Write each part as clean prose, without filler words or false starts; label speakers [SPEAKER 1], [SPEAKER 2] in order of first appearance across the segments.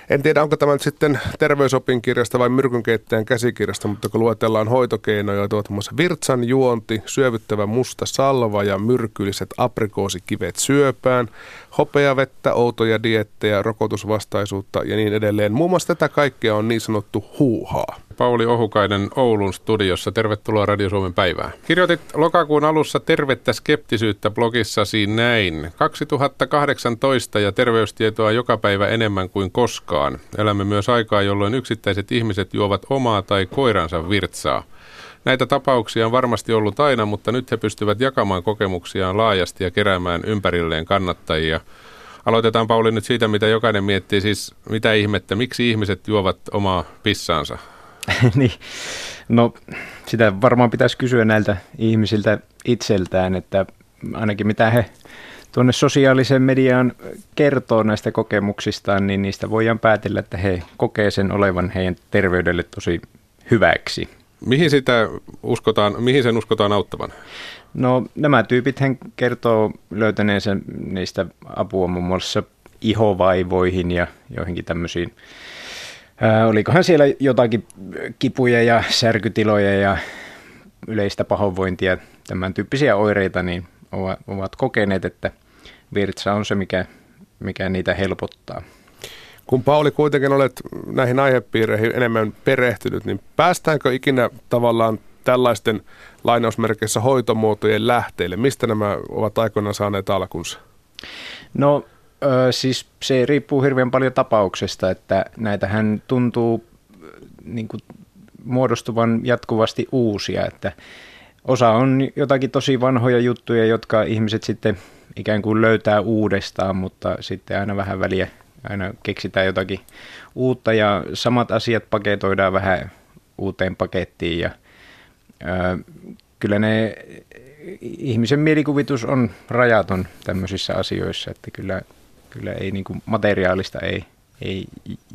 [SPEAKER 1] En tiedä, onko tämä nyt sitten terveysopin kirjasta vai myrkynkeittäjän käsikirjasta, mutta kun luetellaan hoitokeinoja, muun muassa virtsan juonti, syövyttävä musta salva ja myrkylliset aprikoosikivet syöpään, hopeavettä, outoja dieettejä, rokotusvastaisuutta ja niin edelleen. Muun muassa tätä kaikkea on niin sanottu huuhaa.
[SPEAKER 2] Pauli Ohukainen Oulun studiossa. Tervetuloa Radio Suomen päivään. Kirjoitit lokakuun alussa tervettä skeptisyyttä blogissasi näin. 2018 ja terveystietoa joka päivä enemmän kuin koskaan. Elämme myös aikaa, jolloin yksittäiset ihmiset juovat omaa tai koiransa virtsaa. Näitä tapauksia on varmasti ollut aina, mutta nyt he pystyvät jakamaan kokemuksiaan laajasti ja keräämään ympärilleen kannattajia. Aloitetaan, Pauli, nyt siitä, mitä jokainen miettii, siis mitä ihmettä, miksi ihmiset juovat omaa pissaansa?
[SPEAKER 3] Niin, no sitä varmaan pitäisi kysyä näiltä ihmisiltä itseltään, että ainakin mitä he tuonne sosiaaliseen mediaan kertoo näistä kokemuksistaan, niin niistä voidaan päätellä, että he kokee sen olevan heidän terveydelle tosi hyväksi.
[SPEAKER 2] Mihin sen uskotaan auttavan?
[SPEAKER 3] No nämä tyypit hän kertoo löytäneensä niistä apua muun muassa ihovaivoihin ja joihinkin tämmöisiin. Olikohan siellä jotakin kipuja ja särkytiloja ja yleistä pahoinvointia, tämän tyyppisiä oireita, niin ovat kokeneet, että virtsa on se, mikä niitä helpottaa.
[SPEAKER 1] Kun Pauli kuitenkin olet näihin aihepiireihin enemmän perehtynyt, niin päästäänkö ikinä tavallaan tällaisten lainausmerkeissä hoitomuotojen lähteille? Mistä nämä ovat aikoinaan saaneet alkunsa?
[SPEAKER 3] No siis se riippuu hirveän paljon tapauksesta, että näitähän tuntuu niin kuin muodostuvan jatkuvasti uusia, että osa on jotakin tosi vanhoja juttuja, jotka ihmiset sitten ikään kuin löytää uudestaan, mutta sitten aina vähän väliä aina keksitään jotakin uutta ja samat asiat paketoidaan vähän uuteen pakettiin ja kyllä ne ihmisen mielikuvitus on rajaton tämmöisissä asioissa, että kyllä ei niin kuin materiaalista ei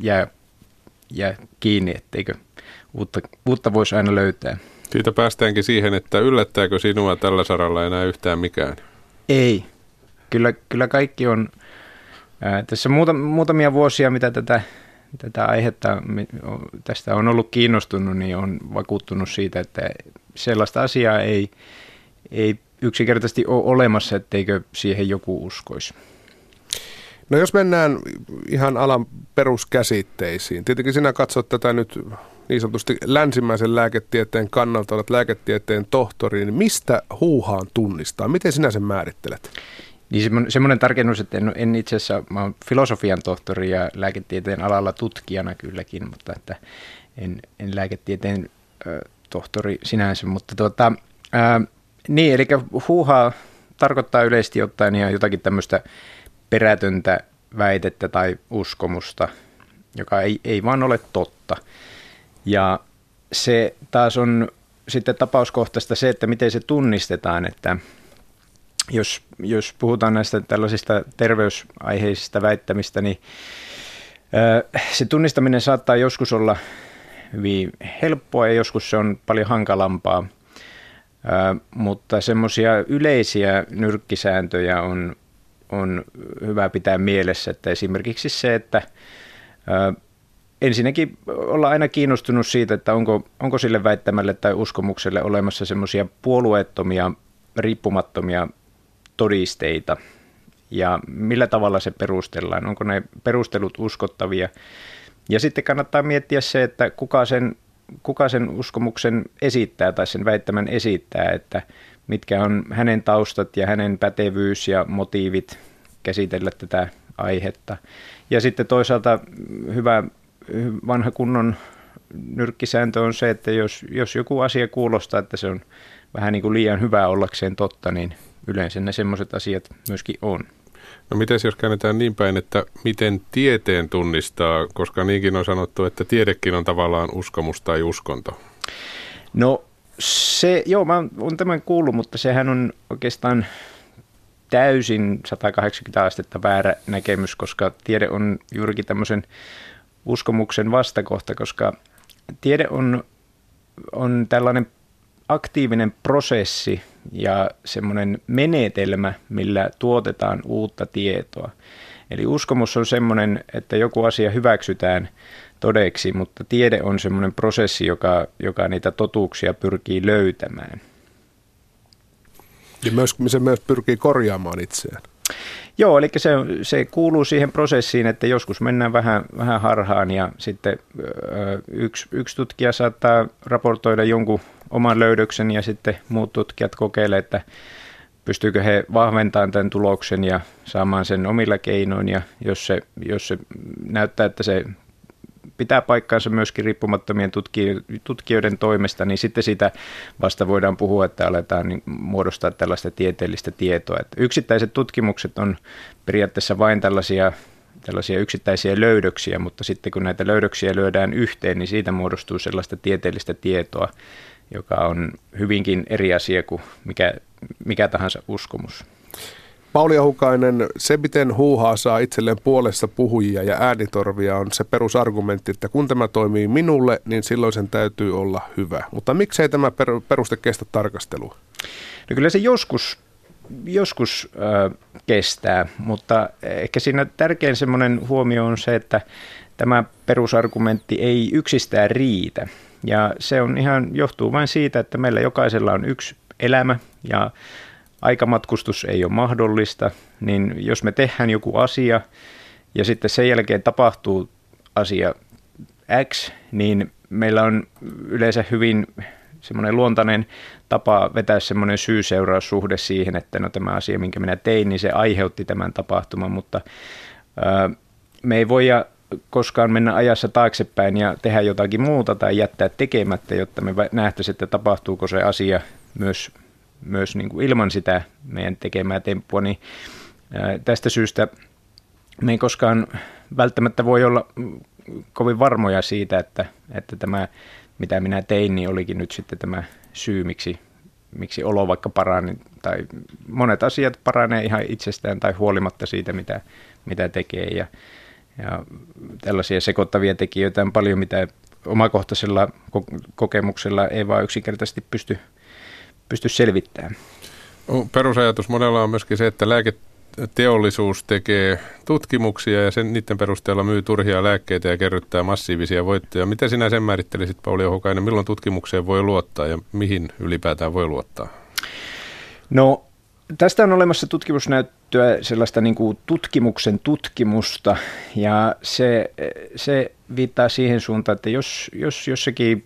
[SPEAKER 3] jää kiinni, etteikö uutta voisi aina löytää.
[SPEAKER 2] Siitä päästäänkin siihen, että yllättääkö sinua tällä saralla enää yhtään mikään?
[SPEAKER 3] Ei. Kyllä kaikki on. Tässä muutamia vuosia, mitä tätä aihetta tästä on ollut kiinnostunut, niin on vakuuttunut siitä, että sellaista asiaa ei yksinkertaisesti ole olemassa, etteikö siihen joku uskoisi.
[SPEAKER 1] No jos mennään ihan alan peruskäsitteisiin. Tietenkin sinä katsot tätä nyt niin sanotusti länsimäisen lääketieteen kannalta, olet lääketieteen tohtori, niin mistä huuhaan tunnistaa? Miten sinä sen määrittelet?
[SPEAKER 3] Niin semmoinen tarkennus, että en itse asiassa, mä olen filosofian tohtori ja lääketieteen alalla tutkijana kylläkin, mutta että en lääketieteen tohtori sinänsä, mutta niin, eli huuhaa tarkoittaa yleisesti ottaen ihan jotakin tämmöistä perätöntä väitettä tai uskomusta, joka ei vaan ole totta. Ja se taas on sitten tapauskohtaista se, että miten se tunnistetaan, että jos puhutaan näistä tällaisista terveysaiheisista väittämistä, niin se tunnistaminen saattaa joskus olla hyvin helppoa ja joskus se on paljon hankalampaa, mutta semmoisia yleisiä nyrkkisääntöjä on hyvä pitää mielessä, että esimerkiksi se, että ensinnäkin olla aina kiinnostunut siitä, että onko sille väittämälle tai uskomukselle olemassa semmoisia puolueettomia, riippumattomia todisteita ja millä tavalla se perustellaan, onko ne perustelut uskottavia. Ja sitten kannattaa miettiä se, että kuka sen uskomuksen esittää tai sen väittämän esittää, että mitkä on hänen taustat ja hänen pätevyys ja motiivit käsitellä tätä aihetta. Ja sitten toisaalta hyvä vanha kunnon nyrkkisääntö on se, että jos joku asia kuulostaa, että se on vähän niin kuin liian hyvä ollakseen totta, niin yleensä ne semmoiset asiat myöskin on.
[SPEAKER 2] No miten jos käännetään niin päin, että miten tieteen tunnistaa, koska niinkin on sanottu, että tiedekin on tavallaan uskomus tai uskonto?
[SPEAKER 3] No mä oon tämän kuullut, mutta sehän on oikeastaan täysin 180 astetta väärä näkemys, koska tiede on juurikin tämmöisen uskomuksen vastakohta, koska tiede on tällainen aktiivinen prosessi ja semmoinen menetelmä, millä tuotetaan uutta tietoa. Eli uskomus on semmoinen, että joku asia hyväksytään todeksi, mutta tiede on semmoinen prosessi, joka niitä totuuksia pyrkii löytämään.
[SPEAKER 1] Ja se myös pyrkii korjaamaan itseään.
[SPEAKER 3] Joo, eli se kuuluu siihen prosessiin, että joskus mennään vähän harhaan ja sitten yksi tutkija saattaa raportoida jonkun oman löydöksen ja sitten muut tutkijat kokeilevat, että pystyykö he vahventamaan tämän tuloksen ja saamaan sen omilla keinoin, ja jos se näyttää, että se pitää paikkaansa myöskin riippumattomien tutkijoiden toimesta, niin sitten sitä vasta voidaan puhua, että aletaan muodostaa tällaista tieteellistä tietoa. Että yksittäiset tutkimukset on periaatteessa vain tällaisia yksittäisiä löydöksiä, mutta sitten kun näitä löydöksiä lyödään yhteen, niin siitä muodostuu sellaista tieteellistä tietoa, joka on hyvinkin eri asia kuin mikä tahansa uskomus.
[SPEAKER 1] Pauli Ohukainen, se miten huuhaa saa itselleen puolessa puhujia ja äänitorvia on se perusargumentti, että kun tämä toimii minulle, niin silloin sen täytyy olla hyvä. Mutta miksei tämä peruste kestä tarkastelua?
[SPEAKER 3] No kyllä se joskus kestää, mutta ehkä siinä tärkein semmoinen huomio on se, että tämä perusargumentti ei yksistään riitä. Ja se johtuu vain siitä, että meillä jokaisella on yksi elämä ja aikamatkustus ei ole mahdollista, niin jos me tehdään joku asia ja sitten sen jälkeen tapahtuu asia X, niin meillä on yleensä hyvin semmoinen luontainen tapa vetää semmoinen syy-seuraussuhde siihen, että no tämä asia, minkä minä tein, niin se aiheutti tämän tapahtuman, mutta me ei voi koskaan mennä ajassa taaksepäin ja tehdä jotakin muuta tai jättää tekemättä, jotta me nähtäisiin, että tapahtuuko se asia myös niin kuin ilman sitä meidän tekemää temppua, niin tästä syystä me ei koskaan välttämättä voi olla kovin varmoja siitä, että tämä, mitä minä tein, niin olikin nyt sitten tämä syy, miksi olo vaikka parani, tai monet asiat paranee ihan itsestään tai huolimatta siitä, mitä tekee, ja tällaisia sekoittavia tekijöitä on paljon, mitä omakohtaisella kokemuksella ei vaan yksinkertaisesti pysty selvittämään.
[SPEAKER 2] Perusajatus monella on myöskin se, että lääketeollisuus tekee tutkimuksia ja niiden perusteella myy turhia lääkkeitä ja kerryttää massiivisia voittoja. Miten sinä sen määrittelisit, Pauli Ohukainen, milloin tutkimukseen voi luottaa ja mihin ylipäätään voi luottaa?
[SPEAKER 3] No, tästä on olemassa tutkimusnäyttöä, sellaista niin kuin tutkimuksen tutkimusta, ja se viittaa siihen suuntaan, että jos jossakin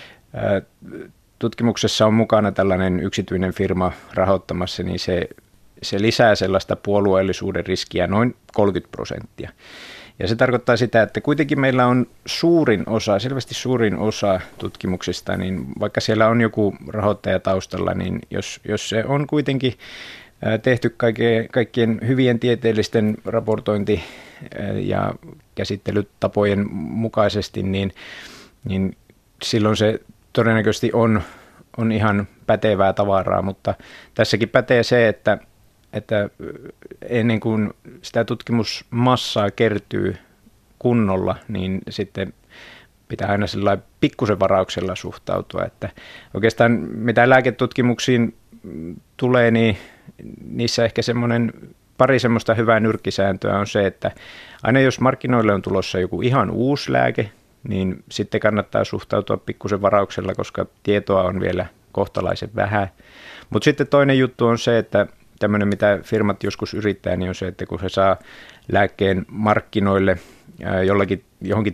[SPEAKER 3] tutkimuksessa on mukana tällainen yksityinen firma rahoittamassa, niin se lisää sellaista puolueellisuuden riskiä noin 30%. Ja se tarkoittaa sitä, että kuitenkin meillä on selvästi suurin osa tutkimuksista, niin vaikka siellä on joku rahoittaja taustalla, niin jos se on kuitenkin tehty kaikkien hyvien tieteellisten raportointi- ja käsittelytapojen mukaisesti, niin silloin se todennäköisesti on ihan pätevää tavaraa, mutta tässäkin pätee se, että ennen kuin sitä tutkimusmassaa kertyy kunnolla, niin sitten pitää aina sellainen pikkusen varauksella suhtautua, että oikeastaan mitä lääketutkimuksiin tulee, niin niissä ehkä pari semmoista hyvää nyrkkisääntöä on se, että aina jos markkinoille on tulossa joku ihan uusi lääke, niin sitten kannattaa suhtautua pikkusen varauksella, koska tietoa on vielä kohtalaisen vähän. Mutta sitten toinen juttu on se, että tämmöinen, mitä firmat joskus yrittää, niin on se, että kun se saa lääkkeen markkinoille johonkin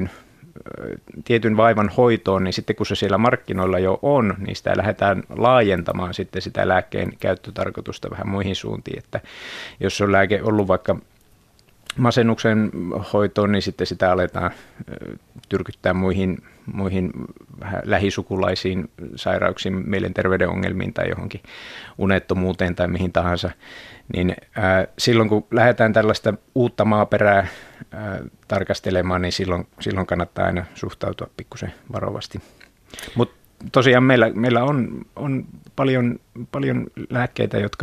[SPEAKER 3] tietyn vaivan hoitoon, niin sitten kun se siellä markkinoilla jo on, niin sitä lähdetään laajentamaan sitten sitä lääkkeen käyttötarkoitusta vähän muihin suuntiin. Että jos on lääke ollut vaikka masennuksen hoitoon, niin sitten sitä aletaan tyrkyttää muihin vähän lähisukulaisiin sairauksiin, mielenterveyden ongelmiin tai johonkin unettomuuteen tai mihin tahansa. Niin silloin kun lähdetään tällaista uutta maaperää tarkastelemaan, niin silloin kannattaa aina suhtautua pikkusen varovasti. Mutta tosiaan meillä on paljon lääkkeitä, jotka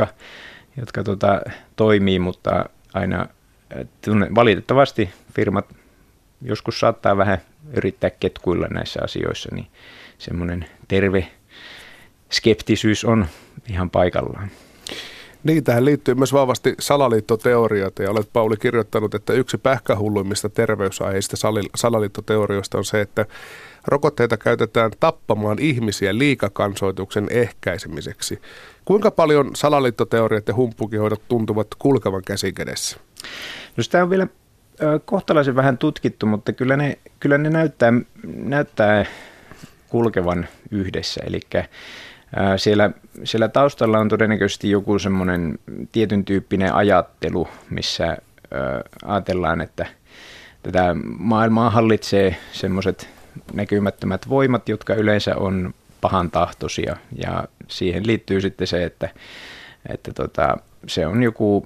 [SPEAKER 3] toimii, mutta aina valitettavasti firmat joskus saattaa vähän yrittää ketkuilla näissä asioissa, niin semmoinen terve skeptisyys on ihan paikallaan.
[SPEAKER 1] Niin, tähän liittyy myös vahvasti salaliittoteorioita, ja olet, Pauli, kirjoittanut, että yksi pähkähulluimmista terveysaiheista salaliittoteorioista on se, että rokotteita käytetään tappamaan ihmisiä liikakansoituksen ehkäisemiseksi. Kuinka paljon salaliittoteoriat ja humpukihoidot tuntuvat kulkevan käsi kädessä?
[SPEAKER 3] No sitä on vielä kohtalaisen vähän tutkittu, mutta kyllä ne näyttää kulkevan yhdessä. Eli siellä taustalla on todennäköisesti joku semmoinen tietyn tyyppinen ajattelu, missä ajatellaan, että tätä maailmaa hallitsee semmoiset näkymättömät voimat, jotka yleensä on pahantahtoisia, ja siihen liittyy sitten se, että se on joku,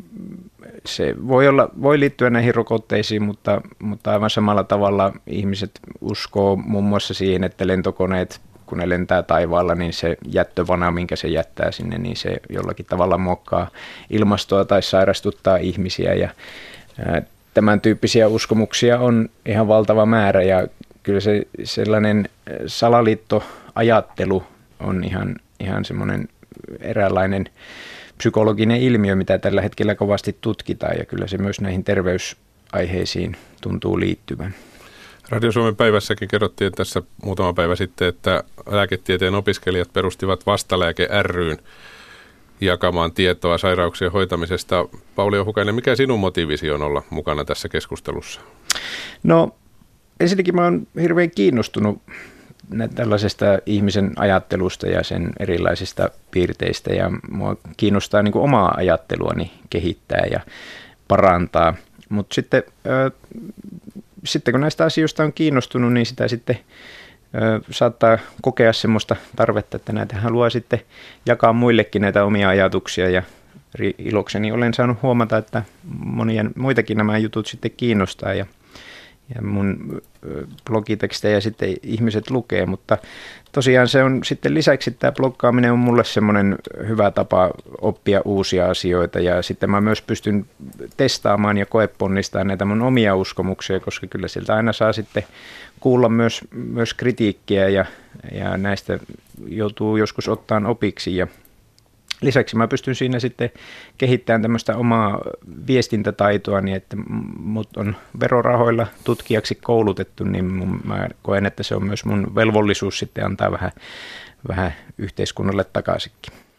[SPEAKER 3] se voi liittyä näihin rokotteisiin, mutta aivan samalla tavalla ihmiset uskoo muun muassa siihen, että lentokoneet, kun ne lentää taivaalla, niin se jättövana, minkä se jättää sinne, niin se jollakin tavalla muokkaa ilmastoa tai sairastuttaa ihmisiä, ja tämän tyyppisiä uskomuksia on ihan valtava määrä, ja kyllä se sellainen salaliittoajattelu on ihan semmoinen eräänlainen psykologinen ilmiö, mitä tällä hetkellä kovasti tutkitaan, ja kyllä se myös näihin terveysaiheisiin tuntuu liittyvän.
[SPEAKER 2] Radio Suomen päivässäkin kerrottiin tässä muutama päivä sitten, että lääketieteen opiskelijat perustivat Vastalääke ry:n jakamaan tietoa sairauksien hoitamisesta. Pauli Ohukainen, mikä sinun motiivisi on olla mukana tässä keskustelussa? No,
[SPEAKER 3] ensinnäkin mä oon hirveän kiinnostunut tällaisesta ihmisen ajattelusta ja sen erilaisista piirteistä, ja mua kiinnostaa niin kuin omaa ajatteluani kehittää ja parantaa, mutta sitten kun näistä asioista on kiinnostunut, niin sitä sitten saattaa kokea semmoista tarvetta, että näitä haluaa sitten jakaa muillekin näitä omia ajatuksia, ja ilokseni olen saanut huomata, että monia muitakin nämä jutut sitten kiinnostaa, ja mun blogitekstejä sitten ihmiset lukee, mutta tosiaan se on sitten lisäksi tämä bloggaaminen on mulle semmoinen hyvä tapa oppia uusia asioita, ja sitten mä myös pystyn testaamaan ja koeponnistamaan näitä mun omia uskomuksia, koska kyllä sieltä aina saa sitten kuulla myös kritiikkiä, ja näistä joutuu joskus ottamaan opiksi, ja lisäksi mä pystyn siinä sitten kehittämään tämmöistä omaa viestintätaitoa, niin että mut on verorahoilla tutkijaksi koulutettu, niin mä koen, että se on myös mun velvollisuus sitten antaa vähän yhteiskunnalle takaisinkin.